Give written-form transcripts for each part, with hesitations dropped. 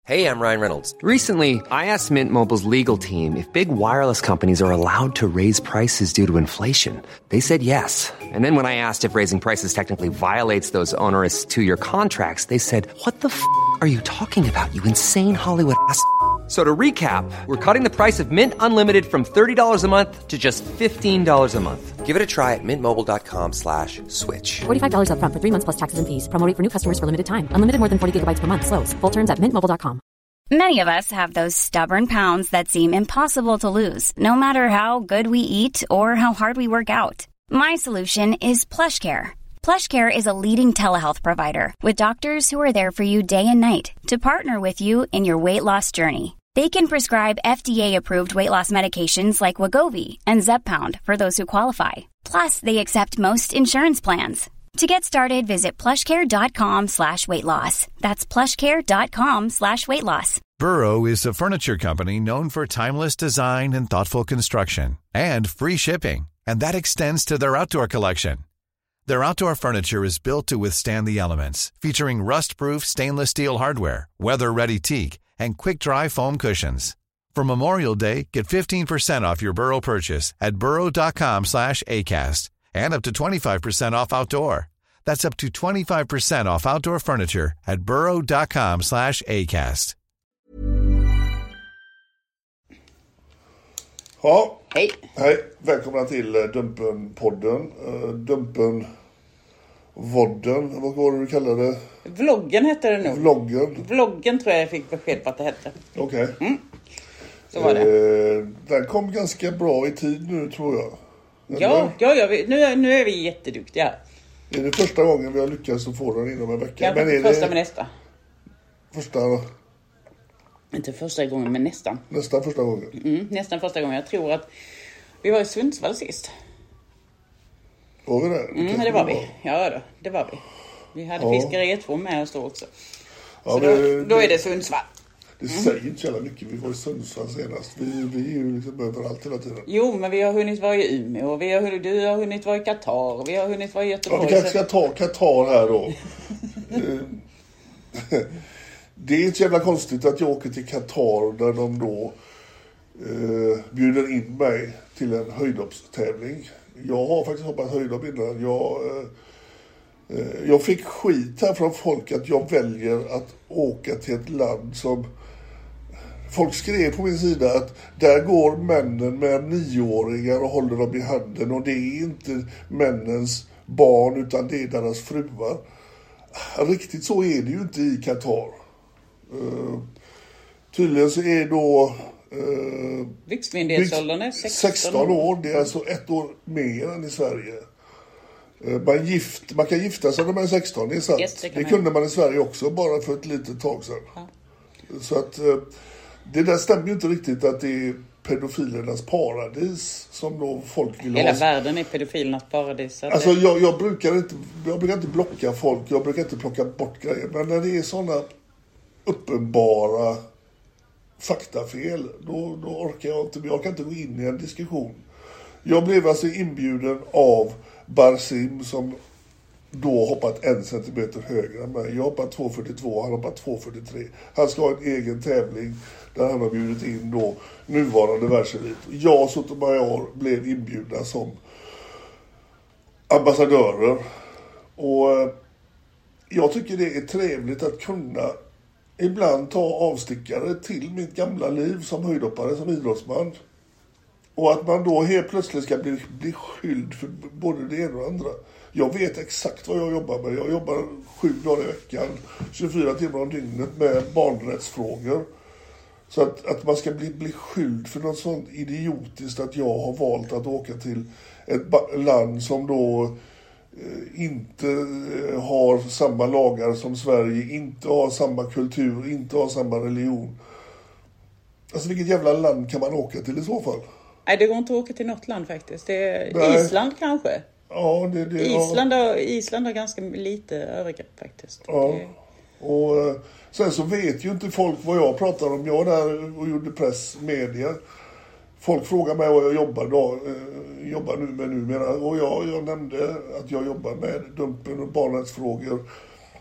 Hey, I'm Ryan Reynolds. Recently, I asked Mint Mobile's legal team if big wireless companies are allowed to raise prices due to inflation. They said yes. And then when I asked if raising prices technically violates those onerous two-year contracts, they said, "What the f*** are you talking about, you insane Hollywood ass?" So to recap, we're cutting the price of Mint Unlimited from $30 a month to just $15 a month. Give it a try at mintmobile.com/switch. $45 up front for 3 months plus taxes and fees. Promo rate for new customers for limited time. Unlimited more than 40 gigabytes per month slows. Full terms at mintmobile.com. Many of us have those stubborn pounds that seem impossible to lose, no matter how good we eat or how hard we work out. My solution is PlushCare. PlushCare is a leading telehealth provider with doctors who are there for you day and night to partner with you in your weight loss journey. They can prescribe FDA-approved weight loss medications like Wegovy and Zepbound for those who qualify. Plus, they accept most insurance plans. To get started, visit plushcare.com/weightloss. That's plushcare.com/weightloss. Burrow is a furniture company known for timeless design and thoughtful construction and free shipping, and that extends to their outdoor collection. Their outdoor furniture is built to withstand the elements, featuring rust-proof stainless steel hardware, weather-ready teak, and quick-dry foam cushions. For Memorial Day, get 15% off your Burrow purchase at burrow.com/acast, and up to 25% off outdoor. That's up to 25% off outdoor furniture at burrow.com/acast. Ja, Hej. hej. Välkomna till Dumpen-podden. Dumpen-vodden, vad var det du kallade det? Vloggen hette det nog. Vloggen tror jag fick besked på att det hette. Okej. Så var det. Den kom ganska bra i tid nu, tror jag. Ja, nu är vi jätteduktiga. Är det första gången vi har lyckats att få den inom en vecka? Ja, men är första det med nästa. Inte första gången, men nästan. Nästan första gången? Nästan första gången. Jag tror att vi var i Sundsvall sist. Var vi där? Det var vi. Ja då, det var vi. Vi hade fiskare 2 med oss då också. Ja, så då är det Sundsvall. Det säger inte så jävla mycket. Vi var i Sundsvall senast. Vi är ju liksom överallt hela tiden. Jo, men vi har hunnit vara i Umeå. Du har hunnit vara i Qatar. Vi har hunnit vara i Göteborg. Ja, vi kanske ska ta Qatar här då. Det är inte jävla konstigt att jag åker till Qatar där de då bjuder in mig till en höjdhoppstävling. Jag har faktiskt hoppat höjdhopp innan. Jag fick skit här från folk att jag väljer att åka till ett land som... Folk skrev på min sida att där går männen med 9-åringar och håller dem i handen, och det är inte männens barn utan det är deras fruar. Riktigt så är det ju inte i Qatar. Tydligen så är då Vuxenmyndighetsåldern är 16 år. Det är alltså 1 år mer än i Sverige. Man kan gifta sig när man är 16, det är sant. Yes, det kunde man i Sverige också bara för ett litet tag sedan. Ja. Så att det där stämmer ju inte riktigt att det är pedofilernas paradis som då folk vill ha. Hela världen är pedofilernas paradis. Alltså jag brukar inte blocka folk, jag brukar inte plocka bort grejer. Men när det är sådana uppenbara faktafel, då orkar jag inte gå in i en diskussion. Jag blev alltså inbjuden av Barsim som då hoppat 1 centimeter högre än mig. Jag hoppat 2,42, han hoppat 2,43. Han ska ha en egen tävling där han har bjudit in då nuvarande världselit. Jag och Sotomayor blev inbjudna som ambassadörer. Och jag tycker det är trevligt att kunna ibland ta avstickare till mitt gamla liv som höjdhoppare, som idrottsman. Och att man då helt plötsligt ska bli skyldig för både det ena och det andra. Jag vet exakt vad jag jobbar med. Jag jobbar 7 dagar i veckan, 24 timmar om dygnet med barnrättsfrågor. Så att man ska bli skyldig för något sånt idiotiskt att jag har valt att åka till ett land som då inte har samma lagar som Sverige, inte har samma kultur, inte har samma religion. Alltså vilket jävla land kan man åka till i så fall? Nej, det går inte att åka till något land faktiskt. Det är Island kanske. Ja, Island har ganska lite övergrepp faktiskt. Ja. Och sen så vet ju inte folk vad jag pratar om. Jag där och gjorde pressmedia. Folk frågar mig vad jag jobbar nu med numera. Och jag nämnde att jag jobbar med Dumpen och barnrättsfrågor.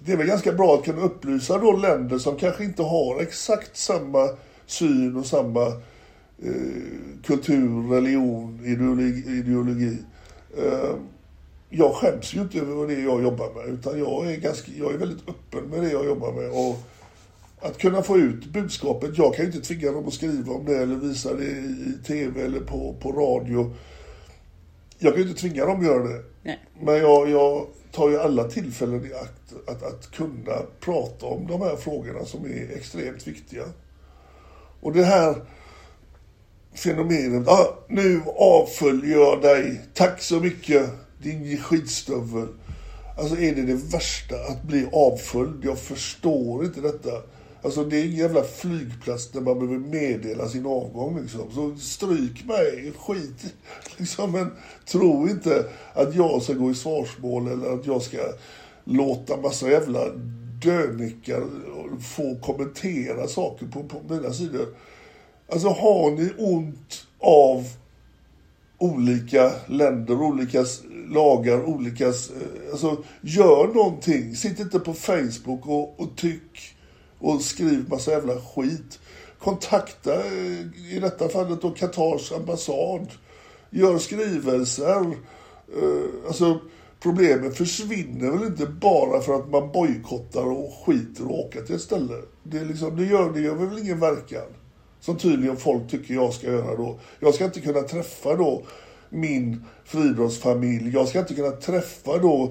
det är väl ganska bra att kunna upplysa då länder som kanske inte har exakt samma syn och samma kultur, religion, ideologi. Jag skäms ju inte över det jag jobbar med, utan jag är väldigt öppen med det jag jobbar med. Och att kunna få ut budskapet, jag kan ju inte tvinga dem att skriva om det eller visa det i tv eller på radio. Jag kan ju inte tvinga dem att göra det. Nej. Men jag tar ju alla tillfällen i akt att kunna prata om de här frågorna som är extremt viktiga. Och det här fenomenet, nu avföljer jag dig, tack så mycket, din skitstövel. Alltså är det värsta att bli avföljd? Jag förstår inte detta. Alltså det är ingen jävla flygplats där man behöver meddela sin avgång liksom. Så stryk mig, skit liksom. Men tro inte att jag ska gå i svarsmål eller att jag ska låta massa jävla dönickar få kommentera saker på mina sidor. Alltså har ni ont av olika länder, olika lagar, olika... Alltså gör någonting. Sitt inte på Facebook och tyck och skriv massa jävla skit. Kontakta i detta fallet då Katars ambassad. Gör skrivelser. Alltså problemet försvinner väl inte bara för att man bojkottar och skiter och åker till ett ställe. Det är liksom, det gör väl ingen verkan. Som tydligen folk tycker jag ska göra då. Jag ska inte kunna träffa då min friidrottsfamilj. Jag ska inte kunna träffa då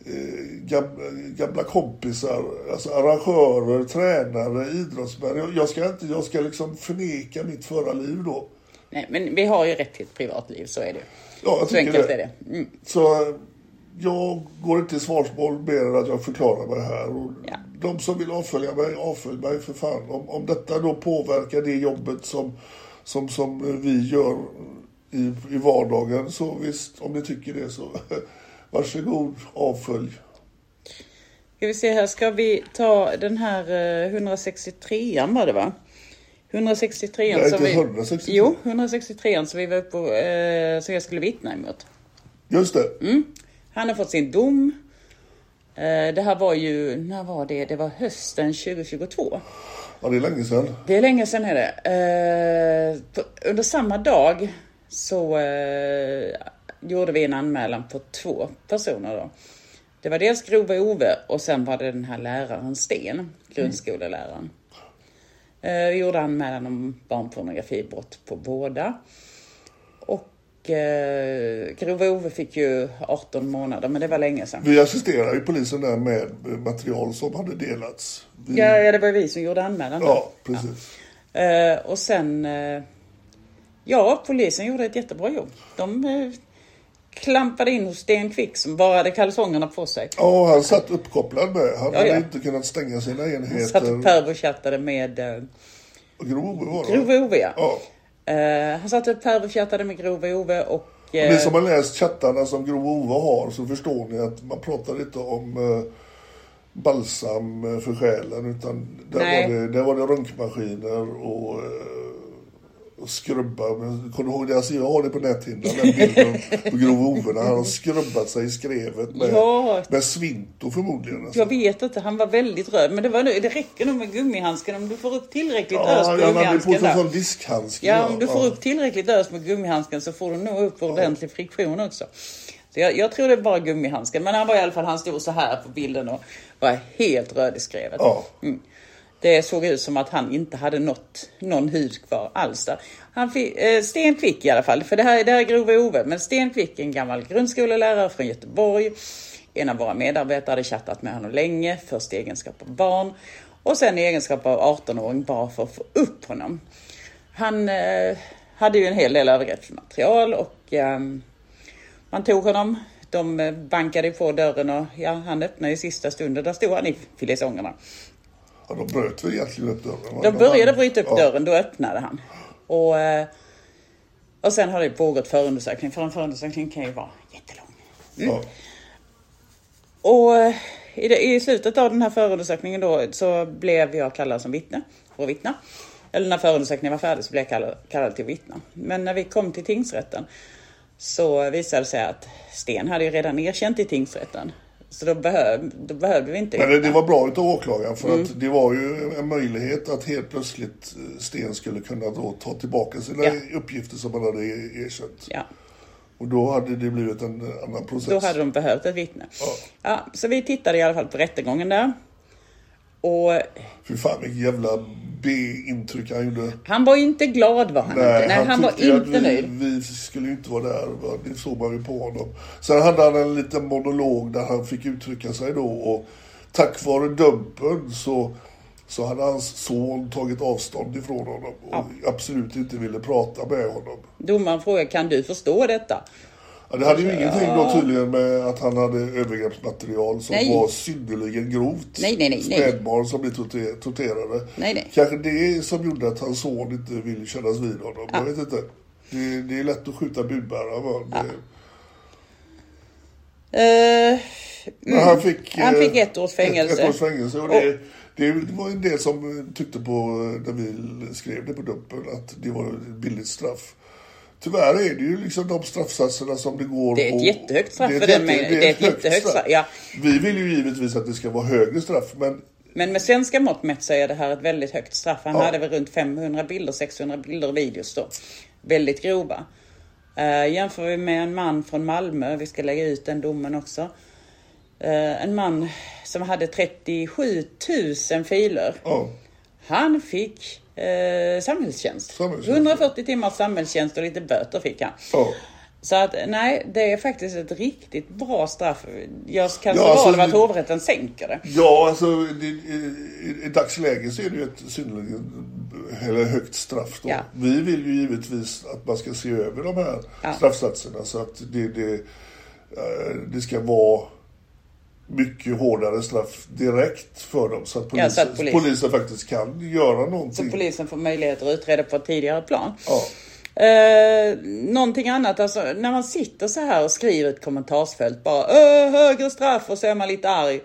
gamla kompisar, alltså arrangörer, tränare, idrottsmän. Jag ska liksom förneka mitt förra liv då. Nej, men vi har ju rätt till ett privatliv, så är det. Ja, jag så enkelt är det. Så jag går inte i svarsmål mer än att jag förklarar mig här. Och de som vill avfölj mig för fan. Om detta då påverkar det jobbet som vi gör i vardagen, så visst, om ni tycker det så varsågod, avfölj. Ska vi se här, ska vi ta den här 163an var det va? 163an Nej, som inte 163. Jo, 163an som vi var uppe på, som jag skulle vittna emot. Just det. Han har fått sin dom. Det här var ju, när var det? Det var hösten 2022. Ja, det är länge sedan. Det är länge sedan är det. Under samma dag så gjorde vi en anmälan på 2 personer då. Det var dels Grova Ove och sen var det den här läraren Sten, grundskoleläraren. Vi gjorde anmälan om barnpornografibrott på båda. Och Grova Ove fick ju 18 månader, men det var länge sedan. Vi assisterade ju polisen där med material som hade delats. Ja, det var vi som gjorde anmälan. Ja, precis. Ja. Och sen... polisen gjorde ett jättebra jobb. De klampade in hos Sten Quick som bara hade kalsongerna på sig. Ja, han satt uppkopplad med. Han hade inte kunnat stänga sina enheter. Han satt och pervochattade med... Grova Ove var det. Grova Ove, ja. Han satt och pervochattade med Grova Ove och... Och ni som har läst chattarna som Grova Ove har, så förstår ni att man pratar inte om balsam för själen, utan där var det runkmaskiner och skrubba. Men kommer du ihåg det? Alltså, jag har det på näthinnan, den bilden på Grova Ove när han har skrubbat sig i skrevet med svinto förmodligen. Alltså. Jag vet inte, han var väldigt röd, men det räcker nog med gummihandsken om du får upp tillräckligt ös på gummihandsken. Ja, på diskhandsken. Ja, om du får upp tillräckligt ös med gummihandsken så får du nog upp ordentlig friktion också. Så jag tror det är bara gummihandsken, men han var i alla fall, han stod så här på bilden och var helt röd i skrevet. Ja. Det såg ut som att han inte hade någon hud kvar alls där. Han fick, Sten Quick i alla fall, för det här är Grova Ove. Men Sten Quick, en gammal grundskolelärare från Göteborg. En av våra medarbetare hade chattat med honom länge. Först i egenskap av barn. Och sen i egenskap av 18-åring bara för att få upp honom. Han hade ju en hel del övergreppsmaterial och man tog honom. De bankade på dörren och han öppnade i sista stunden. Där stod han i filesongerna. Ja, de bröt väl egentligen upp dörren. De började bryta upp dörren, då öppnade han. Och sen har det pågått förundersökning. För en förundersökning kan ju vara jättelång. Ja. Och i slutet av den här förundersökningen då så blev jag kallad som vittne för att vittna. Eller när förundersökningen var färdig så blev jag kallad till vittna. Men när vi kom till tingsrätten så visade det sig att Sten hade ju redan erkänt i tingsrätten Så då behövde vi inte. Men det var bra utav åklagaren för att det var ju en möjlighet att helt plötsligt Sten skulle kunna då ta tillbaka sina uppgifter som han hade erkänt. Ja. Och då hade det blivit en annan process. Då hade de behövt ett vittne. Ja, så vi tittade i alla fall på rättegången där. Och fy fan vilket jävla B-intryck han gjorde. han var inte glad, var han inte. Nej, han var inte nöjd. Vi skulle ju inte vara där. Det såg man ju på honom. Sen hade han en liten monolog där han fick uttrycka sig då. Och tack vare Dumpen så hade hans son tagit avstånd ifrån honom. Och absolut inte ville prata med honom. Domaren frågade, kan du förstå detta? Ja, det hade ju ingenting då tydligen med att han hade övergreppsmaterial som var synnerligen grovt. Nej. Spädbarn som blev torterade. Nej. Kanske det som gjorde att hans son inte ville kännas vid honom. Jag vet inte. Det är lätt att skjuta budbärare. Va? Men han fick 1 års fängelse. 1 års fängelse. Och det var en del som tyckte på när vi skrev det på Dumpen att det var ett billigt straff. Tyvärr är det ju liksom de straffsatserna som det går. Det är ett jättehögt straff för den. Det är ett jättehögt straff. Ja. Vi vill ju givetvis att det ska vara högre straff. Men med svenska mått mätt så är det här ett väldigt högt straff. Han hade väl runt 500 bilder, 600 bilder och videos då. Väldigt grova. Jämför vi med en man från Malmö. Vi ska lägga ut den domen också. En man som hade 37 000 filer. Han fick samhällstjänst. 140 timmars samhällstjänst och lite böter fick han. Så att nej, det är faktiskt ett riktigt bra straff. Jag kan så vara att hovrätten sänker det. Ja, alltså i dagsläget så är det ju ett synnerligen högt straff då. Ja. Vi vill ju givetvis att man ska se över de här straffsatserna så att det ska vara mycket hårdare straff direkt för dem så att polisen faktiskt kan göra någonting. Så polisen får möjlighet att utreda på ett tidigare plan. Någonting annat, alltså när man sitter så här och skriver ett kommentarsfält bara högre straff och så är man lite arg.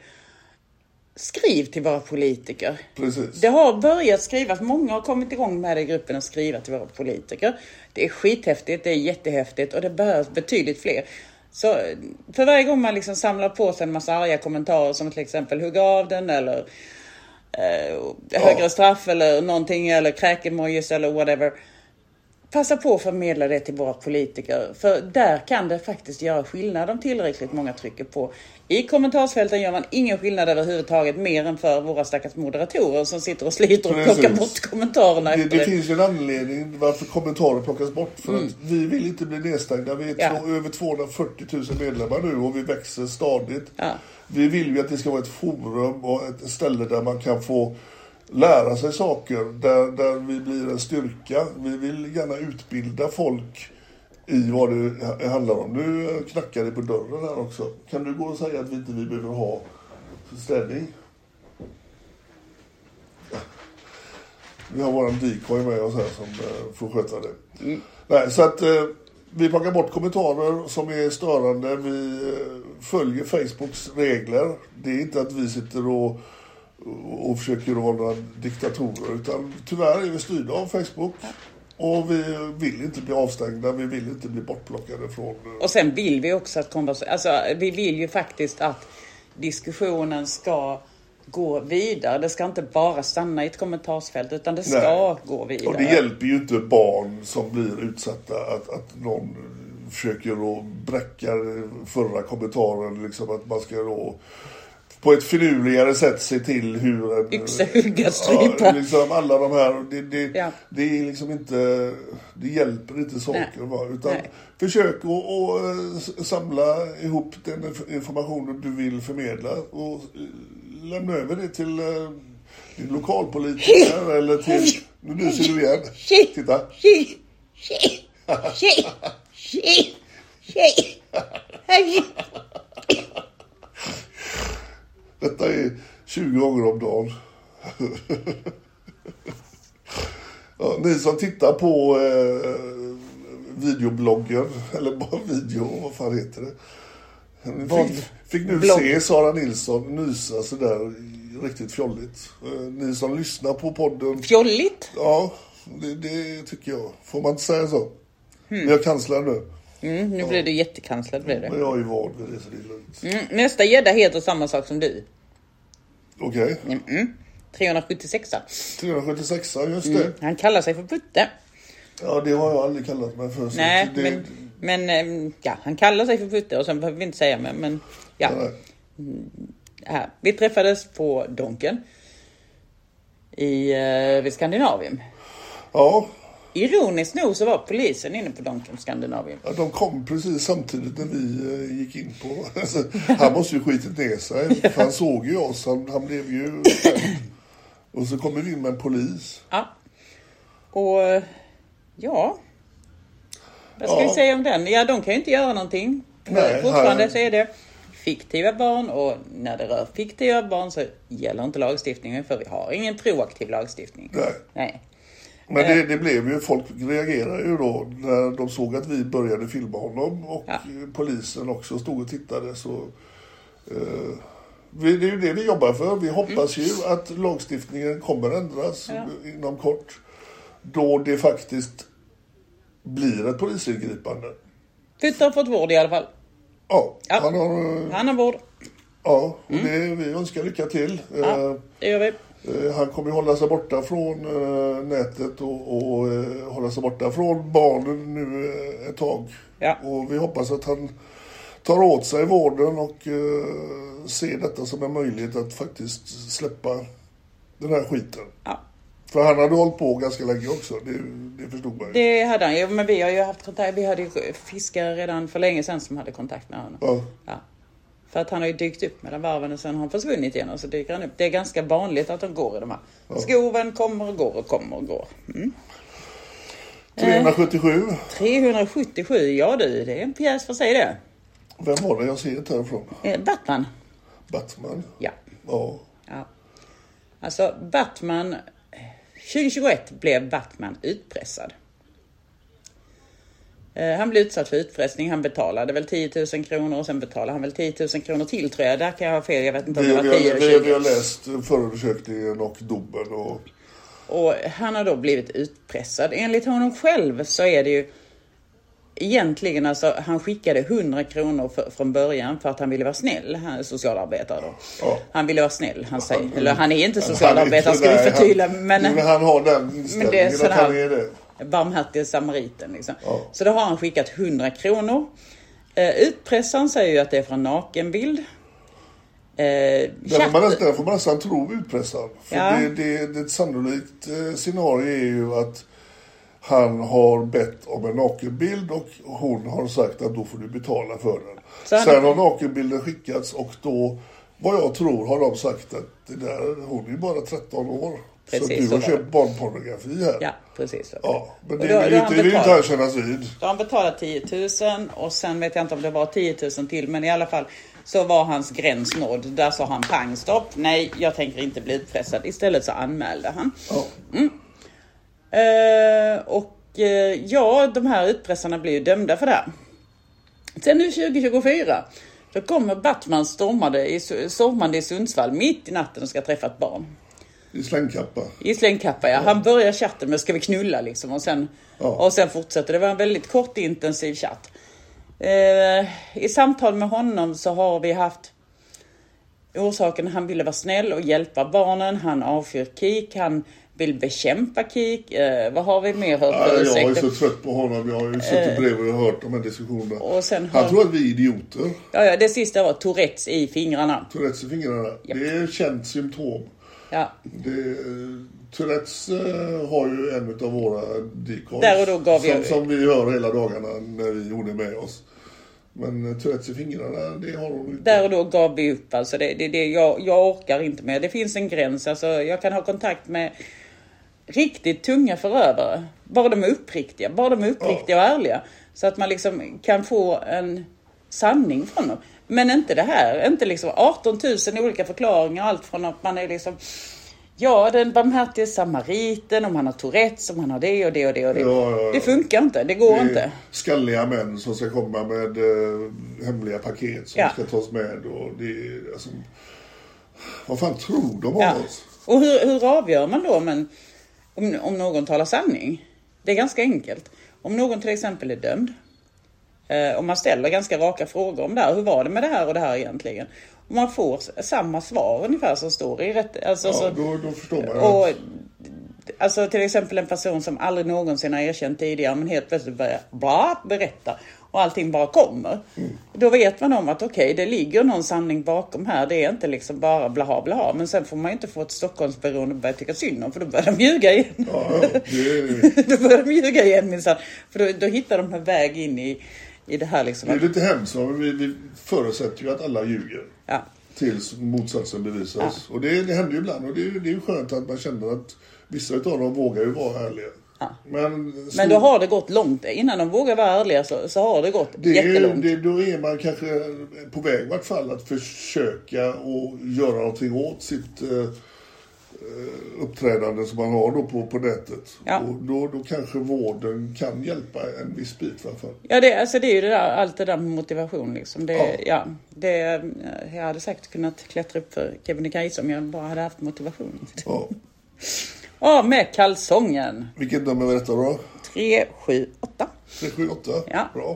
Skriv till våra politiker. Precis. Det har börjat skrivas, många har kommit igång med det i gruppen och skriva till våra politiker. Det är skithäftigt, det är jättehäftigt och det behövs betydligt fler. Så för varje gång man liksom samlar på sig en massa arga kommentarer som till exempel hugga av den eller högre straff eller någonting eller kräkemojis eller whatever. Passa på att förmedla det till våra politiker. För där kan det faktiskt göra skillnad om tillräckligt många trycker på. I kommentarsfälten gör man ingen skillnad överhuvudtaget mer än för våra stackars moderatorer som sitter och sliter och plockar bort kommentarerna. Det finns ju en anledning varför kommentarer plockas bort. För att vi vill inte bli nedstängda. Vi är över 240 000 medlemmar nu och vi växer stadigt. Ja. Vi vill ju att det ska vara ett forum och ett ställe där man kan få lära sig saker, där vi blir en styrka. Vi vill gärna utbilda folk i vad det handlar om. Nu knackar det på dörren här också. Kan du gå och säga att vi inte behöver ha ställning? Vi har våran decoy med oss här som får sköta det. Nej, så att vi plockar bort kommentarer som är störande. Vi följer Facebooks regler. Det är inte att vi sitter och försöker vara några diktatorer, utan tyvärr är vi styrda av Facebook och vi vill inte bli avstängda, vi vill inte bli bortplockade från. Och sen vill vi också att vi vill ju faktiskt att diskussionen ska gå vidare. Det ska inte bara stanna i ett kommentarsfält utan det ska gå vidare. Och det hjälper ju inte barn som blir utsatta att någon försöker att bräcka förra kommentaren, liksom att man ska då på ett finurligare sätt se till hur en yxa hugga strypa. Liksom alla de här det är liksom inte, det hjälper inte saker utan försök att samla ihop den informationen du vill förmedla och lämna över det till din lokalpolitiker eller till nu ser du igen. Titta. Detta är 20 gånger om dagen. Ni som tittar på videobloggen, eller bara video, vad fan heter det? Fick nu se Sara Nilsson nysa sådär riktigt fjolligt. Ni som lyssnar på podden. Fjolligt? Ja, det tycker jag. Får man inte säga så? Jag kanslar nu. Nu blir du jättekanslad. Blir det. Men jag är ju van vid det, så det är lugnt. Nästa gädda heter samma sak som du. Okej. 376. 376, just det. Han kallar sig för Putte. Ja, det har jag aldrig kallat mig för. Nej, det... men han kallar sig för Putte och sen behöver vi inte säga mer. Men ja. Här. Vi träffades på Donken vid Skandinavium. Ja. Ironiskt nog så var polisen inne på Donken Skandinavium. Ja, de kom precis samtidigt när vi gick in på. Alltså, han måste ju skitit ner sig. För han såg ju oss. Han blev ju och så kommer vi in med en polis. Ja. Och ja. Vad ska vi säga om den? Ja, de kan ju inte göra någonting. Nej, fortfarande så är det fiktiva barn, och när det rör fiktiva barn så gäller inte lagstiftningen, för vi har ingen proaktiv lagstiftning. Nej. Men det blev ju, folk reagerade ju då när de såg att vi började filma honom, och polisen också stod och tittade. Så det är ju det vi jobbar för. Vi hoppas ju att lagstiftningen kommer ändras inom kort, då det faktiskt blir ett polisingripande. Putte har fått vård i alla fall. Ja. Han har vård. Ja, och vi önskar lycka till. Ja, det gör vi. Han kommer ju hålla sig borta från nätet och hålla sig borta från barnen nu ett tag. Ja. Och vi hoppas att han tar åt sig vården och ser detta som en möjlighet att faktiskt släppa den här skiten. Ja. För han hade hållit på ganska länge också, det förstod man ju. Det hade han ju, men vi har ju haft kontakt. Vi hade ju fiskare redan för länge sedan som hade kontakt med honom. Ja. För att han har ju dykt upp mellan varven och sen har han försvunnit igen. Och så dyker han upp. Det är ganska vanligt att de går i de här. Skoven kommer och går och kommer och går. 377. 377, ja du, det är en pjäs för sig det. Vem var det jag ser det härifrån? Batman. Batman? Ja. Alltså Batman... 2021 blev Batman utpressad. Han blev utsatt för utpressning. Han betalade väl 10 000 kronor och sen betalade han väl 10 000 kronor till, tror jag. Där kan jag ha fel, jag vet inte om det var 10 eller 20. Vi har läst förundersökningen och domen. Och han har då blivit utpressad. Enligt honom själv så är det ju egentligen, alltså, han skickade 100 kronor från början för att han ville vara snäll. Han är socialarbetare då. Ja. Han ville vara snäll. Han säger, eller han är inte socialarbetare, ska vi förtydliga. Men han har den inställningen, det är att han är det. Barmhärtiga samariten liksom. Ja. Så då har han skickat 100 kronor. Utpressaren säger ju att det är från nakenbild. Där får man nästan tro utpressaren. För det sannolikt scenario är ju att han har bett om en nakenbild och hon har sagt att då får du betala för den. Sen har nakenbilden skickats och då, vad jag tror, har de sagt att det där, hon är ju bara 13 år. Precis, så du har köpt barnpornografi här. Ja, precis. Ja, men det vill inte här kännas vid. Då har han betalat 10 000 och sen vet jag inte om det var 10 000 till, men i alla fall så var hans gräns nådd. Där sa han pang, stopp. Nej, jag tänker inte bli utpressad. Istället så anmälde han. Ja. De här utpressarna blir ju dömda för det här. Sen nu 2024 så kommer Batman stormande i Sundsvall mitt i natten och ska träffa ett barn. I slängkappa, ja. Han börjar chatten med ska vi knulla liksom och sen fortsätter. Det var en väldigt kort intensiv chatt. I samtal med honom så har vi haft orsaken. Han ville vara snäll och hjälpa barnen. Han avskyr kik. Han vill bekämpa kik. Vad har vi mer hört? Jag är så trött på honom. Jag har ju suttit bredvid och hört de här diskussionerna. Han tror att vi är idioter. Ja, det sista var Tourettes i fingrarna. Tourettes i fingrarna. Yep. Det är ett känt symptom. Ja. Tourettes har ju en av våra decoys som vi hör hela dagarna när vi gjorde med oss. Men Tourettes i fingrarna, det har hon inte. Där och då gav vi upp. Alltså jag orkar inte med. Det finns en gräns. Alltså, jag kan ha kontakt med riktigt tunga förövare. Bara de är uppriktiga. Och ärliga. Så att man liksom kan få en sanning från dem. Men inte det här. Inte liksom 18 000 olika förklaringar. Allt från att man är liksom... Ja, den barmhärtiga samariten, om han har Tourettes, om han har det och det och det och det. Ja. Det funkar inte, det går inte. Skalliga män som ska komma med hemliga paket som ska tas med. Och det, alltså, vad fan tror de om oss? Och hur avgör man då om någon talar sanning? Det är ganska enkelt. Om någon till exempel är dömd Och man ställer ganska raka frågor om det här. Hur var det med det här och det här egentligen? Och man får samma svar ungefär som står i rätt. Alltså, ja, så, då förstår man. Och, alltså till exempel en person som aldrig någonsin har erkänt tidigare men helt plötsligt börjar berätta och allting bara kommer. Då vet man om att okej, det ligger någon sanning bakom här. Det är inte liksom bara blaha. Men sen får man ju inte få ett Stockholmsberoende och börja tycka synd om, för då börjar de ljuga igen. Ja, Då börjar de ljuga igen minsann. För då hittar de en väg in i det här liksom. Det är lite hemskt. Vi förutsätter ju att alla ljuger. Ja. Tills motsatsen bevisas. Ja. Och det händer ju ibland. Och det är ju skönt att man känner att vissa av dem vågar ju vara ärliga. Ja. Men då har det gått långt. Innan de vågar vara ärliga så har det gått jättelångt. Då är man kanske på väg i vart fall att försöka och göra någonting åt sitt uppträdande som man har då på nätet. Ja. Och då kanske vården kan hjälpa en viss bit i alla fall. Ja, det är ju det där, allt det där med motivation liksom. Jag hade säkert kunnat klättra upp för Kebnekaise om jag bara hade haft motivation. Ja. Ja, med kalsongen. Vilket nummer var detta då? 378. 378? Ja. Bra.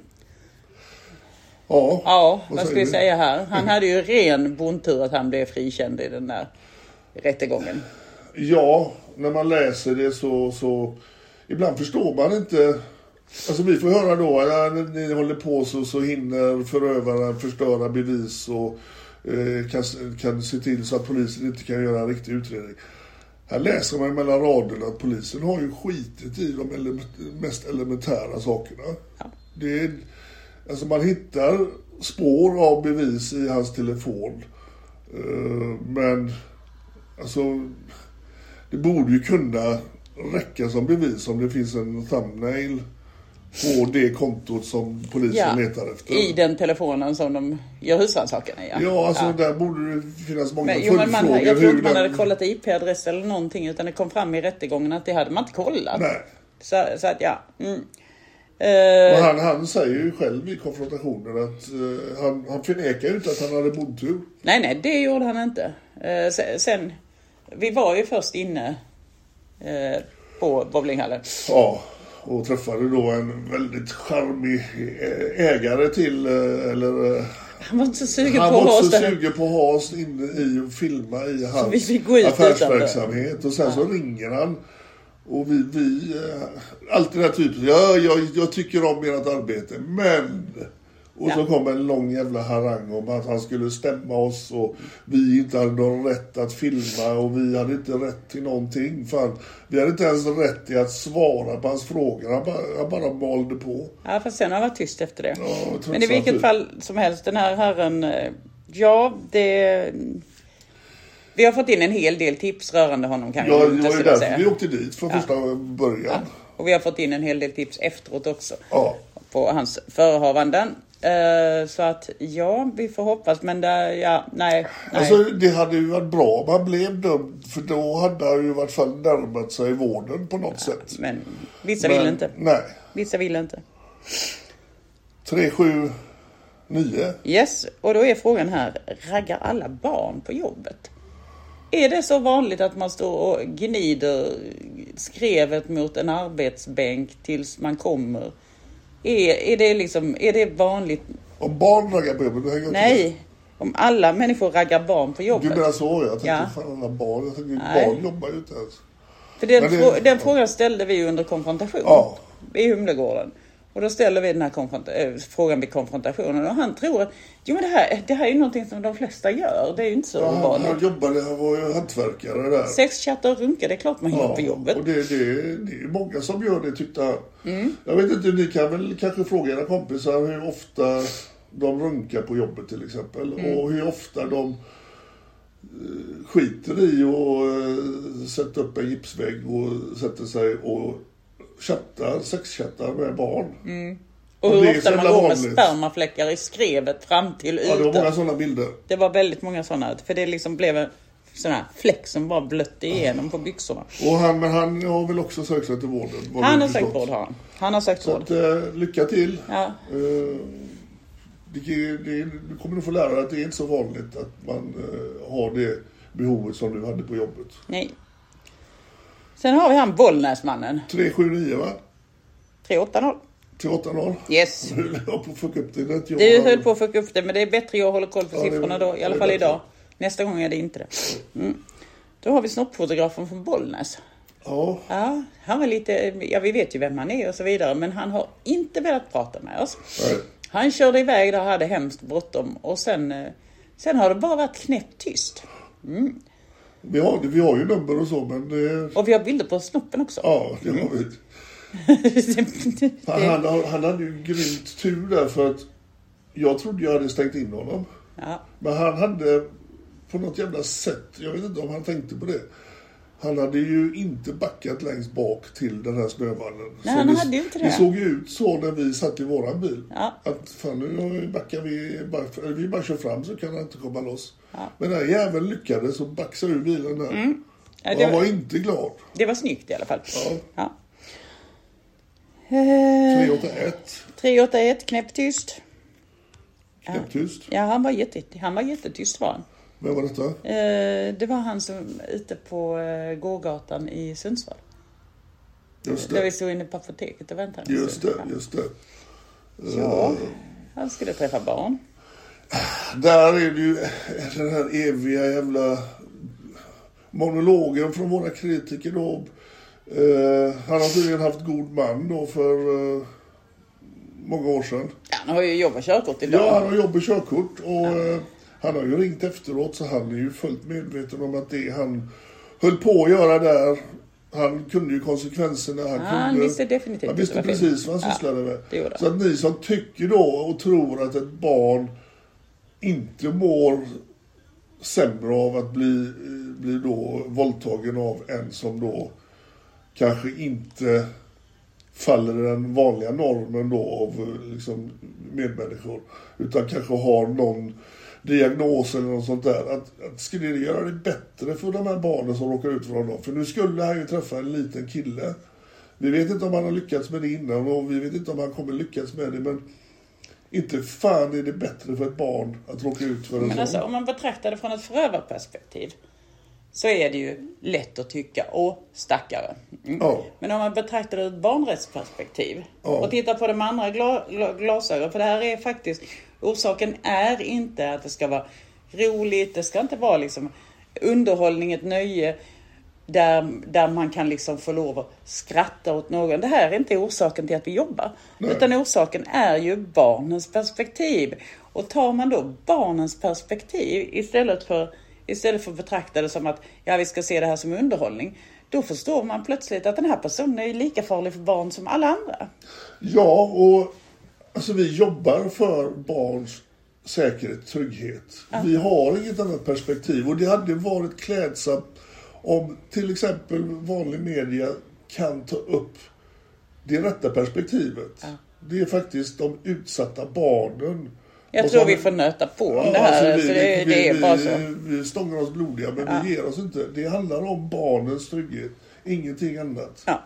Ja, vad ska vi säga här? Han hade ju ren bondtur att han blev frikänd i den där rättegången. Ja, när man läser det så ibland förstår man inte. Alltså vi får höra då när ni håller på så hinner förövarna förstöra bevis och kan se till så att polisen inte kan göra en riktig utredning. Här läser man mellan raderna att polisen har ju skitit i de mest elementära sakerna. Ja. Alltså man hittar spår av bevis i hans telefon. Men alltså det borde ju kunna räcka som bevis om det finns en thumbnail på det kontot som polisen letar efter. I den telefonen som de gör husrannsakan i. Ja, alltså där borde det finnas många följdfrågor. Jag tror inte man hade kollat IP-adress eller någonting, utan det kom fram i rättegången att det hade man inte kollat. Nej. Så att ja. Och han säger ju själv i konfrontationen att han förnekar ju inte att han hade bondtur. Nej, det gjorde han inte. Sen, vi var ju först inne på bowlinghallen. Ja, och träffade då en väldigt charmig ägare till, han var inte så sugen på att ha oss inne i och filma i hans affärsverksamhet. Och sen så ringer han. Och vi alltid den här typen, jag tycker om ert arbete, men... Och så kom en lång jävla harang om att han skulle stämma oss och vi inte hade någon rätt att filma och vi hade inte rätt till någonting. Fan, vi hade inte ens rätt till att svara på hans frågor. Han bara malde på. Ja, fast sen har han varit tyst efter det. Ja, men i vilket fall som helst, den här herren, vi har fått in en hel del tips rörande honom, kan det var ju därför vi åkte dit från första början. Ja. Och vi har fått in en hel del tips efteråt också. Ja. På hans förehavanden. Så att vi får hoppas, men nej. Alltså det hade ju varit bra om han blev dömd, för då hade han ju i vart fall närmat sig vården på något sätt. Men vissa vill inte. Nej. Vissa vill inte. 379. Yes, och då är frågan här, raggar alla barn på jobbet? Är det så vanligt att man står och gnider skrevet mot en arbetsbänk tills man kommer? Är det vanligt? Om barn raggar på jobbet? Nej, om alla människor raggar barn på jobbet. Du menar så, jag tänkte fan alla barn. Jag tänkte barn jobbar ju inte ens. För den frågan ställde vi ju under konfrontation i Humlegården. Och då ställer vi den här frågan vid konfrontationen. Och han tror att det här är ju någonting som de flesta gör. Det är ju inte så vanligt. Han var ju hantverkare där. Sexchatta och runka, det är klart man gör på jobbet. Och det är många som gör det, tyckte jag. Jag vet inte, ni kan väl kanske fråga era kompisar hur ofta de runkar på jobbet till exempel. Och hur ofta de skiter i och sätter upp en gipsvägg och sätter sig och sexchattar med barn. Och hur ofta man går med spermafläckar i skrevet fram till ytan. Ja, det var många sådana bilder. Det var väldigt många sådana. För det liksom blev en sån här fläck som bara blötte igenom på byxorna. Men han har väl också sökt sig till vården? Han har sökt vård, han har sökt vård. Så att, lycka till. Ja. Du kommer att få lära dig att det är inte så vanligt att man har det behovet som du hade på jobbet. Nej. Sen har vi han Bollnäsmannen. 379 va? 380. 3-8-0. Yes. Nu höll jag på att fucka upp det. Du höll på att fucka upp det, men det är bättre jag håller koll på siffrorna då. I alla fall bättre. idag. Nästa gång är det inte det. Då har vi snoppfotografen från Bollnäs. Ja. Ja, han var lite... Ja, vi vet ju vem han är och så vidare. Men han har inte velat prata med oss. Nej. Han körde iväg där och hade hemskt bråttom. Och sen har det bara varit knäppt tyst. Vi har ju nummer och så, men... Och vi har bilder på snoppen också. Ja, det har vi. Han hade ju grymt tur där, för att jag trodde jag hade stängt in honom. Ja. Men han hade på något jävla sätt, jag vet inte om han tänkte på det, han hade ju inte backat längst bak till den här snövallen. Nej, han hade ju inte det. Det såg ju ut så när vi satt i våran bil. Ja. Att fan, nu backar vi bara kör fram så kan han inte komma loss. Ja. Men den här jäveln lyckades och baxade ur bilen där. Ja, och han var inte glad. Det var snyggt i alla fall. Ja. 3-8-1. 3-8-1, knäpptyst. Knäpptyst. Ja, han var jättetyst var han. Vem var detta? Det var han som ute på gågatan i Sundsvall. Just Där det. vi stod inne på apoteket och väntade. Just det. Ja, han skulle träffa barn. Där är det ju den här eviga jävla monologen från våra kritiker då. Han har tydligen haft god man då för många år sedan. Ja, han har ju jobbat körkort idag. Ja, han har jobbat körkort och han har ju ringt efteråt, så han är ju fullt medveten om att det han höll på att göra där, han kunde ju konsekvenserna. Han visste definitivt. Han visste precis vad han sysslade med. Det gjorde så att ni som tycker då och tror att ett barn inte mår sämre av att bli då våldtagen av en som då kanske inte faller i den vanliga normen då av liksom medmänniskor, utan kanske har någon diagnos eller något sånt där, att skulle det göra det bättre för de här barnen som råkar ut för honom? För nu skulle han ju träffa en liten kille. Vi vet inte om han har lyckats med det innan och vi vet inte om han kommer lyckas med det, men inte fan är det bättre för ett barn att råka ut för en Men alltså, om man betraktar det från ett förövarperspektiv så är det ju lätt att tycka, stackare. Ja. Men om man betraktar det ur ett barnrättsperspektiv och tittar på de andra glasögon, för det här är faktiskt, orsaken är inte att det ska vara roligt, det ska inte vara liksom underhållning, ett nöje där man kan liksom få lov att skratta åt någon. Det här är inte orsaken till att vi jobbar. Nej. Utan orsaken är ju barnens perspektiv. Och tar man då barnens perspektiv istället för att betrakta det som att vi ska se det här som underhållning, då förstår man plötsligt att den här personen är lika farlig för barn som alla andra. Ja, och alltså vi jobbar för barns säkerhet, trygghet. Vi har inget annat perspektiv, och det hade varit klädsamt om till exempel vanlig media kan ta upp det rätta perspektivet. Det är faktiskt de utsatta barnen. Jag tror vi får nöta på om det här. Alltså det är bara så. Vi stångar oss blodiga, men vi ger oss inte. Det handlar om barnens trygghet. Ingenting annat. Ja.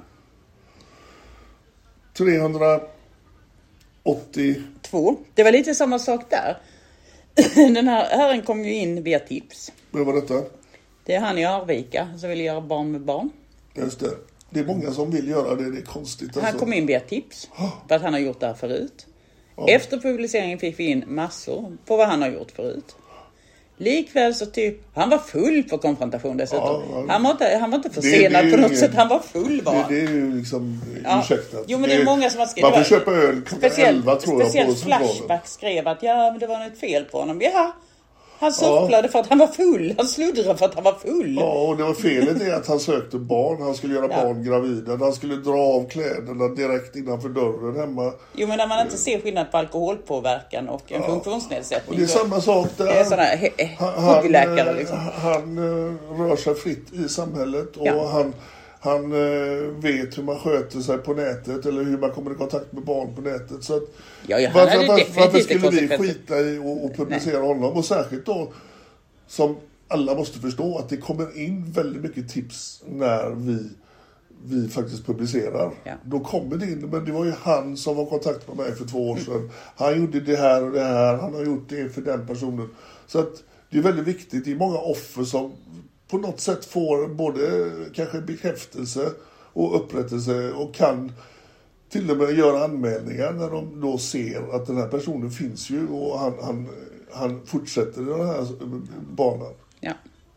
382. Det var lite samma sak där. Den här herren kom ju in via tips. Vad var detta? Det är han i Arvika som vill göra barn med barn. Just det. Det är många som vill göra det. Det är konstigt. Alltså. Han kom in via tips. För att han har gjort det här förut. Ja. Efter publiceringen fick vi in massor på vad han har gjort förut. Likväl så han var full på konfrontation dessutom. Ja. Han var inte försenad på något sätt. Han var full bara. Det är ju liksom ursäktat. Jo, men det är många som har skrivit. Man får köpa öl klockan 11 tror jag. Speciellt Flashback skrev att men det var något fel på honom. Han surflade för att han var full. Han sluddrade för att han var full. Ja, och det var felet är att han sökte barn. Han skulle göra barn gravida. Han skulle dra av kläderna direkt innanför dörren hemma. Jo, men när man inte ser skillnad på alkoholpåverkan och en funktionsnedsättning. Och det är samma sak där. Det är sådana hobbyläkare liksom. Han rör sig fritt i samhället och han vet hur man sköter sig på nätet eller hur man kommer i kontakt med barn på nätet. Så att, varför skulle vi skita i och publicera honom? Och särskilt då, som alla måste förstå, att det kommer in väldigt mycket tips när vi faktiskt publicerar. Ja. Då kommer det in, men det var ju han som var i kontakt med mig för 2 år sedan. Han gjorde det här och det här, han har gjort det för den personen. Så att det är väldigt viktigt. Det är många offer som på något sätt får både kanske bekräftelse och upprättelse och kan till och med göra anmälningar när de då ser att den här personen finns ju och han fortsätter i den här banan. Ja.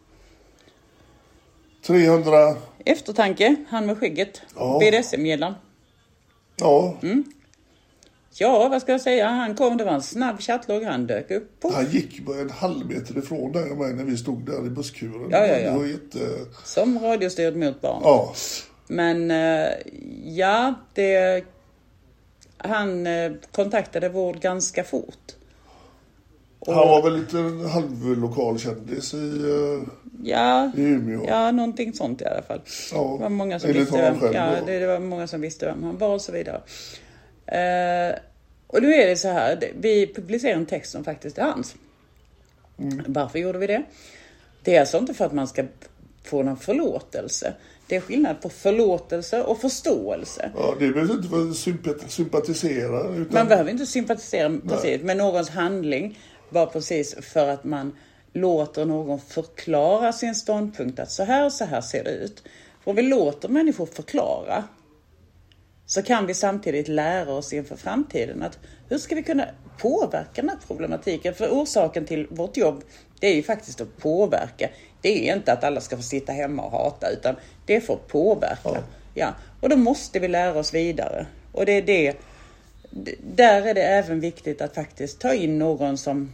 300... Eftertanke, han med skägget. Ja. BDSM-medlem. Ja. Ja, vad ska jag säga? Han kom, det var en snabb chattlogg, han dök upp på. Han gick bara en halv meter ifrån där och mig när vi stod där i busskuren. Ja. Det var Som radiostyrd mot barn. Ja. Men han kontaktade vård ganska fort. Han var väl lite en halvlokal kändis i Umeå. Ja, någonting sånt i alla fall. Ja, det var många som visste det var många som visste vem han var och så vidare. Och nu är det så här, vi publicerar en text som faktiskt är hans. Varför gjorde vi det? Det är alltså inte för att man ska få någon förlåtelse. Det är skillnad på förlåtelse och förståelse. Ja, det behöver inte vara sympatisera. Utan... Man behöver inte sympatisera precis med någons handling. Bara precis för att man låter någon förklara sin ståndpunkt. Att så här ser det ut. För om vi låter människor förklara, så kan vi samtidigt lära oss inför framtiden att hur ska vi kunna påverka den här problematiken? För orsaken till vårt jobb, det är ju faktiskt att påverka. Det är inte att alla ska få sitta hemma och hata, utan det är för att påverka. Ja. Och då måste vi lära oss vidare. Och det är det. Där är det även viktigt att faktiskt ta in någon som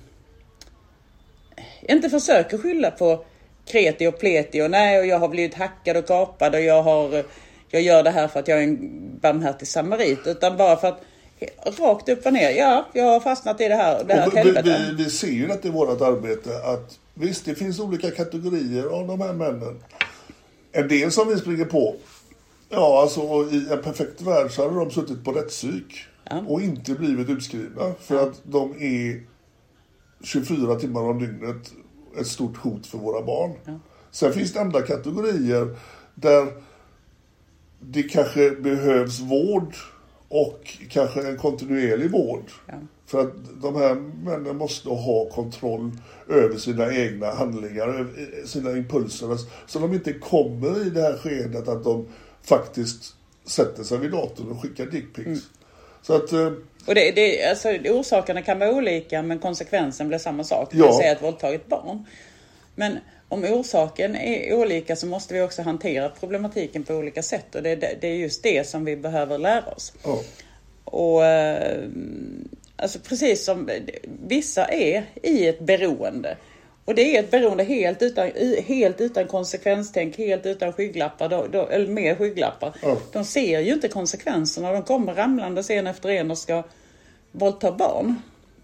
inte försöker skylla på kreti och pleti och nej, och jag har blivit hackad och kapad och jag gör det här för att jag är en barmhärtig samarit, utan bara för att rakt upp och ner, jag har fastnat i det här helvetet. Vi ser ju att i vårt arbete att visst, det finns olika kategorier av de här männen. En del som vi springer på, alltså i en perfekt värld så hade de suttit på rättspsyk och inte blivit utskrivna för att de är 24 timmar om dygnet ett stort hot för våra barn. Sen finns det andra kategorier där det kanske behövs vård och kanske en kontinuerlig vård. För att de här männen måste ha kontroll över sina egna handlingar, över sina impulser. Så de inte kommer i det här skedet att de faktiskt sätter sig vid datorn och skickar dickpics. Så att... Och alltså, orsakerna kan vara olika, men konsekvensen blir samma sak. Det vill säga ett våldtaget barn. Men om orsaken är olika så måste vi också hantera problematiken på olika sätt. Och det är just det som vi behöver lära oss. Och alltså precis som vissa är i ett beroende. Och det är ett beroende helt utan konsekvenstänk, helt utan skygglappar, eller med skygglappar. De ser ju inte konsekvenserna. De kommer ramlande en efter en och ska våldta barn.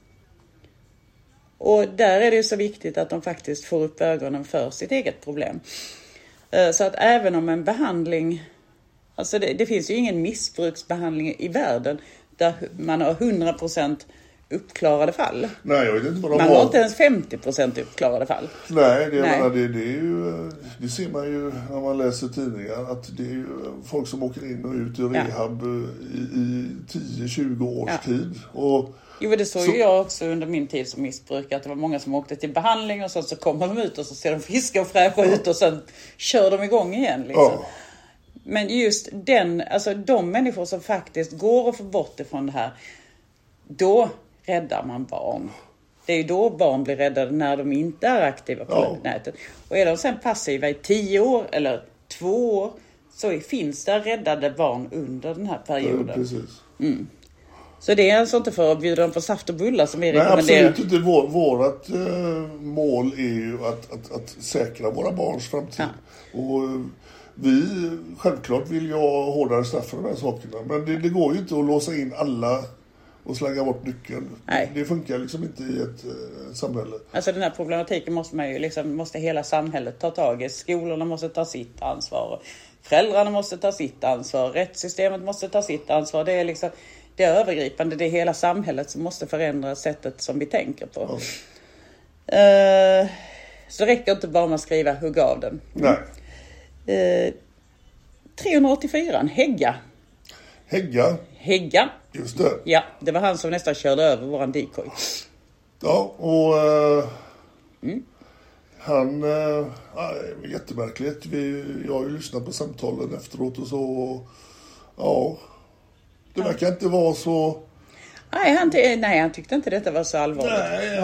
Och där är det ju så viktigt att de faktiskt får upp ögonen för sitt eget problem. Så att även om en behandling... Alltså det finns ju ingen missbruksbehandling i världen där man har 100% uppklarade fall. Nej, jag vet inte vad de man har inte ens 50% uppklarade fall. Nej, det är ju, det ser man ju när man läser tidningar, att det är ju folk som åker in och ut i rehab i 10-20 års tid. Och jo, det såg ju jag också under min tid som missbrukare, att det var många som åkte till behandling och så kommer de ut och så ser de friska och fräscha ut och sen kör de igång igen liksom. Men just de människor som faktiskt går och får bort ifrån det här, då räddar man barn. Det är ju då barn blir räddade, när de inte är aktiva på nätet. Och är de sen passiva i 10 år eller 2 år, så finns det räddade barn under den här perioden. Ja, precis. Så det är alltså inte för att bjuda dem på saft och bullar som vi rekommenderar. Absolut inte. Vårat mål är ju att säkra våra barns framtid. Och vi självklart vill ju ha hårdare straff för de här sakerna. Men det går ju inte att låsa in alla och slänga bort nyckeln. Nej. Det funkar liksom inte i ett samhälle. Alltså den här problematiken måste hela samhället ta tag i. Skolorna måste ta sitt ansvar. Föräldrarna måste ta sitt ansvar. Rättssystemet måste ta sitt ansvar. Det är liksom det är övergripande. Det är hela samhället som måste förändra sättet som vi tänker på. Så räcker inte bara med att skriva hugg av den. Nej. 384, en Hägga. Hägga. Just det. Ja, det var han som nästan körde över våran decoy. Ja, och han jättemärkligt. Jag har ju lyssnat på samtalen efteråt och så. Det verkar inte vara så... Nej, han tyckte inte detta var så allvarligt. Nej,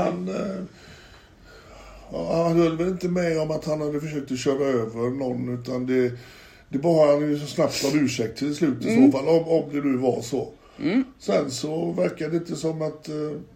han höll väl inte med om att han hade försökt att köra över någon, utan det bara han ju så snabbt av ursäkt till slut i så fall, om det nu var så. Sen så verkar det inte som att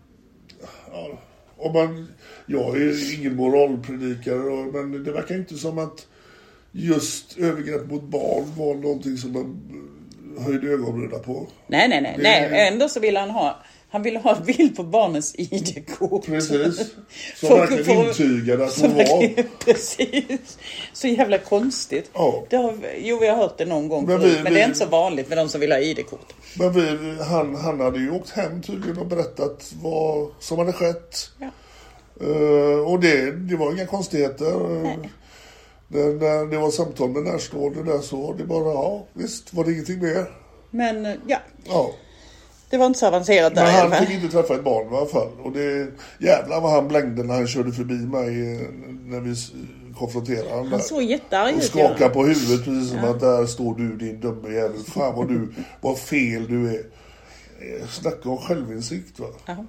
jag är ingen moralpredikare, men det verkar inte som att just övergrepp mot barn var någonting som man höjde ögonbrynen på. Nej, ändå så vill han ville ha en bild på barnens ID-kort. Precis. Som verkligen intygade att hon var. Precis. Så jävla konstigt. Ja. Vi har hört det någon gång förut, men det är inte så vanligt med de som vill ha ID-kort. Men han hade ju åkt hem tydligen och berättat vad som hade skett. Ja. Och det var inga konstigheter. Det var samtal med närstående där, så det bara, visst var det ingenting mer. Men ja. Det var inte så avancerat där. Men han fick inte träffa ett barn i alla fall. Och det jävlar vad han blängde när han körde förbi mig när vi konfronterade honom. Han såg jättearg ut. Och skakade på huvudet precis som att där står du din dumme jävel. Fan vad fel du är. Snacka om självinsikt, va? Ja.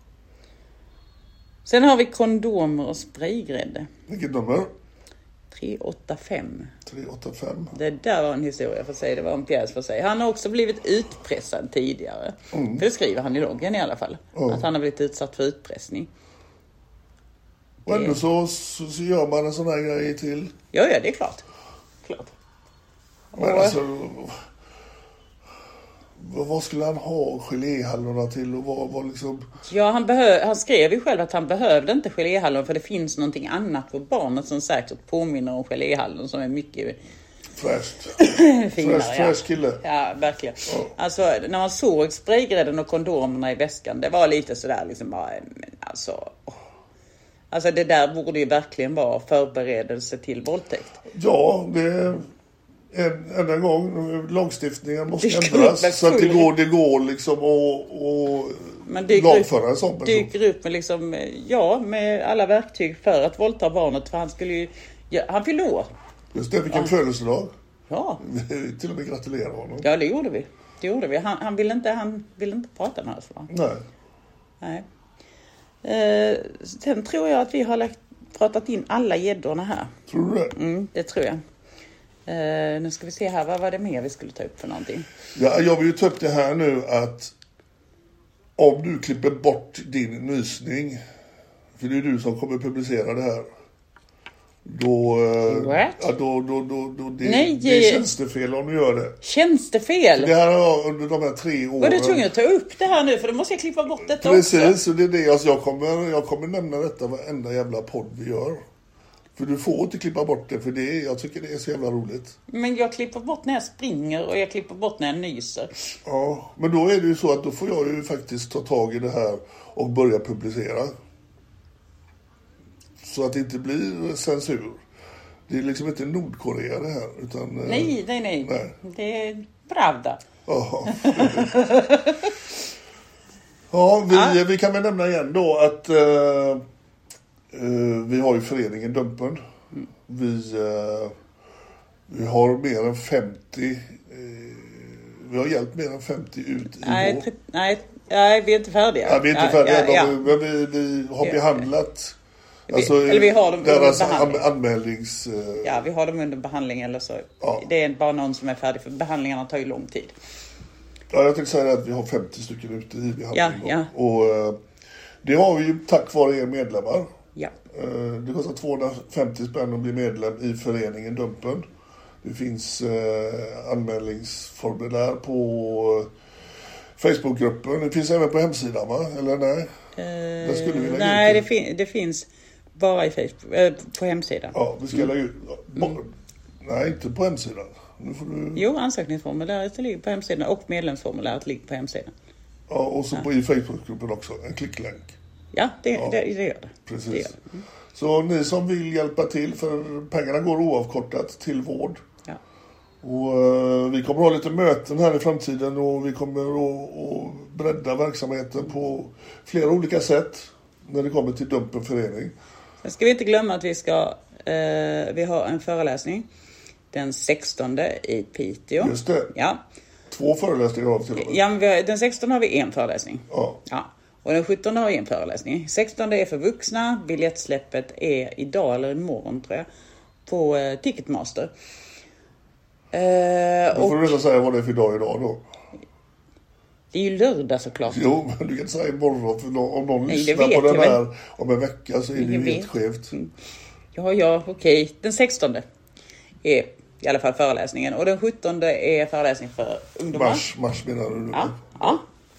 Sen har vi kondomer och spraygrädde. Vilket nummer? 385. 385. Det där var en historia för sig. Det var en pjäs för sig. Han har också blivit utpressad tidigare. För det skriver han i loggen i alla fall. Att han har blivit utsatt för utpressning. Och ändå så gör man en sån här grej till. Ja, det är klart. Men alltså... Vad skulle han ha geléhallorna till och vad liksom... Ja, han skrev ju själv att han behövde inte geléhallon för det finns någonting annat på barnet som säkert påminner om geléhallon som är mycket fräscht. finare. Fräsch kille. Ja, verkligen. Ja. Alltså, när man såg spraygrädden och kondomerna i väskan, det var lite sådär liksom bara, alltså det där borde ju verkligen vara förberedelse till våldtäkt. Ja, det... En gång lagstiftningen måste ändras så att det går liksom och lagföra en sån person. Dyker upp med liksom, med alla verktyg för att våldta barnet, för han skulle ju, han fyllde år. Just det, vilken födelsedag. Ja. Vi till och med gratulerar honom. Ja, det gjorde vi. Han ville inte prata med oss, va? Nej. Sen tror jag att vi har pratat in alla gäddorna här. Tror du det? Det tror jag. Nu ska vi se här, vad var det mer vi skulle ta upp för någonting? Ja, jag vill ju ta upp det här nu att om du klipper bort din nysning, för det är du som kommer publicera det här, då det är tjänstefel om du gör det. Tjänstefel? Det här har jag under de här 3 åren. Var du tvungen att ta upp det här nu, för då måste jag klippa bort detta Precis, också. och det är det. Alltså, jag kommer nämna detta varenda jävla podd vi gör. För du får inte klippa bort det, för jag tycker det är så jävla roligt. Men jag klipper bort när jag springer och jag klipper bort när jag nyser. Ja, men då är det ju så att då får jag ju faktiskt ta tag i det här och börja publicera. Så att det inte blir censur. Det är liksom inte Nordkorea det här, utan... Nej. Det är pravda. Ja, vi kan väl nämna igen då att... vi har ju föreningen Dumpen. Vi har mer än 50 vi har hjälpt mer än 50 ut i vår. Nej, vi är inte färdiga. Ja, vi är inte färdiga, men vi har behandlat eller vi har dem deras anmälnings... Ja, vi har dem under behandling eller så. Ja. Det är bara någon som är färdig, för behandlingarna tar ju lång tid. Ja, jag tänkte säga att vi har 50 stycken ute i behandling. Ja. Och det har vi ju tack vare er medlemmar. Ja. Det kostar 250 spänn att bli medlem i föreningen Dumpen. Det finns anmälningsformulär på Facebookgruppen. Det finns även på hemsidan, va? Eller nej? Där skulle vi lägga ut det finns bara i Facebook, på hemsidan. Ja, vi ska lägga ut. Nej, inte på hemsidan. Nu får du... Jo, ansökningsformuläret ligger på hemsidan och medlemsformuläret ligger på hemsidan. Ja, och så i Facebookgruppen också. En klicklänk. Ja, det gör det. Precis. Det gör det. Så ni som vill hjälpa till, för pengarna går oavkortat till vård. Ja. Och vi kommer att ha lite möten här i framtiden och vi kommer att bredda verksamheten på flera olika sätt när det kommer till Dumpen förening. Sen ska vi inte glömma att vi har en föreläsning den 16 i Piteå. Just det. Ja. 2 föreläsningar av till och med. Ja, men den 16 har vi en föreläsning. Ja. Och den 17 har vi en föreläsning. 16 är för vuxna. Biljettsläppet är idag eller imorgon tror jag. På Ticketmaster. Då får du nästan säga vad det är för dag idag då. Det är ju lördag såklart. Jo, men du kan säga imorgon. För om någon Nej, lyssnar på den här om en vecka så är det ju helt skevt. Ja, okej. Den 16 är i alla fall föreläsningen. Och den 17 är föreläsning för ungdomar. Mars menar du? Ja.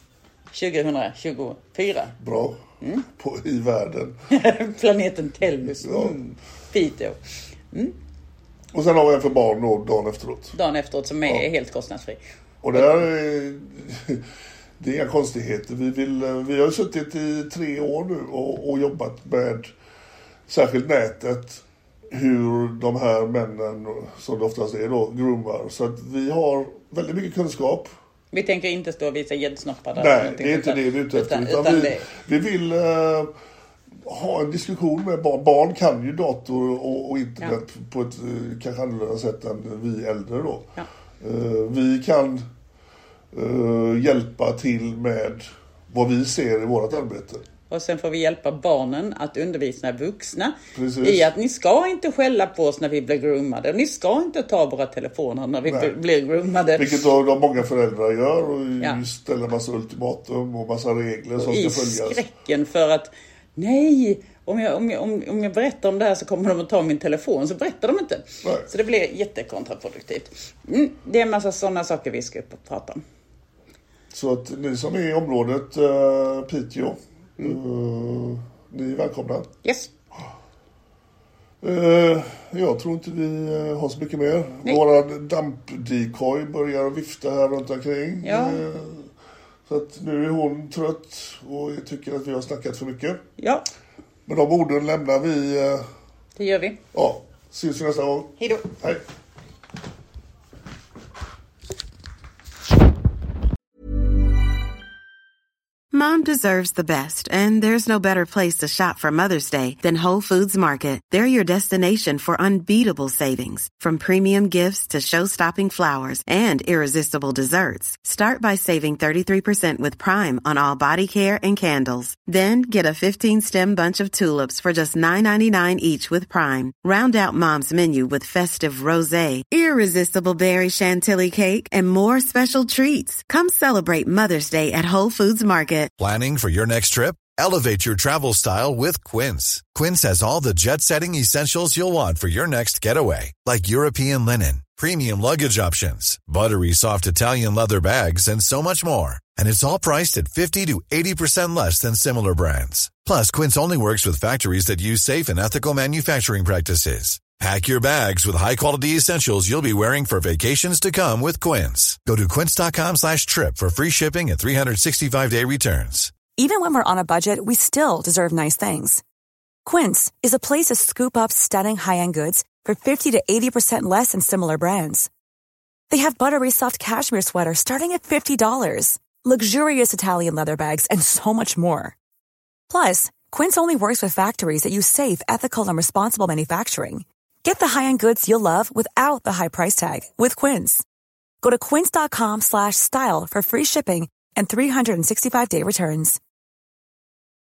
2024. Bra. I världen. Planeten Tellus. Piteå. Och sen har vi en för barn då, dagen efteråt. Dagen efteråt som är helt kostnadsfri. Och det är inga konstigheter. Vi har suttit i 3 år nu och jobbat med särskilt nätet. Hur de här männen, som det oftast är då, groomar. Så att vi har väldigt mycket kunskap. Vi tänker inte stå och visa gäddsnoppar. Nej, det är inte det vi är ute efter. Utan vi vill ha en diskussion med barn. Barn kan ju dator och internet på ett kanske annorlunda sätt än vi äldre då. Ja. Vi kan hjälpa till med vad vi ser i vårt arbete. Och sen får vi hjälpa barnen att undervisa vuxna. Precis. I att ni ska inte skälla på oss när vi blir groomade. Ni ska inte ta våra telefoner när vi blir groomade. Vilket då många föräldrar gör och ställer massa ultimatum och massa regler som ska följas. I skräcken för att nej, om jag berättar om det här så kommer de att ta min telefon. Så berättar de inte. Nej. Så det blir jättekontraproduktivt. Det är en massa sådana saker vi ska upp och prata om. Så att ni som är i området Piteå, ni är välkomna. Yes. Jag tror inte vi har så mycket mer. Nej. Våra dampdecoy börjar vifta här runt omkring. Ja. Så att nu är hon trött och tycker att vi har snackat för mycket. Ja. Men de orden lämnar vi. Det gör vi. Ja, syns vi nästa gång. Hej då. Hej. Mom deserves the best, and there's no better place to shop for Mother's Day than Whole Foods Market. They're your destination for unbeatable savings, from premium gifts to show-stopping flowers and irresistible desserts. Start by saving 33% with Prime on all body care and candles. Then get a 15-stem bunch of tulips for just $9.99 each with Prime. Round out Mom's menu with festive rosé, irresistible berry chantilly cake, and more special treats. Come celebrate Mother's Day at Whole Foods Market. Planning for your next trip? Elevate your travel style with Quince. Quince has all the jet-setting essentials you'll want for your next getaway, like European linen, premium luggage options, buttery soft Italian leather bags, and so much more. And it's all priced at 50 to 80% less than similar brands. Plus, Quince only works with factories that use safe and ethical manufacturing practices. Pack your bags with high-quality essentials you'll be wearing for vacations to come with Quince. Go to quince.com/trip for free shipping and 365-day returns. Even when we're on a budget, we still deserve nice things. Quince is a place to scoop up stunning high-end goods for 50 to 80% less than similar brands. They have buttery soft cashmere sweaters starting at $50, luxurious Italian leather bags, and so much more. Plus, Quince only works with factories that use safe, ethical, and responsible manufacturing. Get the high-end goods you'll love without the high price tag with Quince. Go to quince.com/style for free shipping and 365-day returns.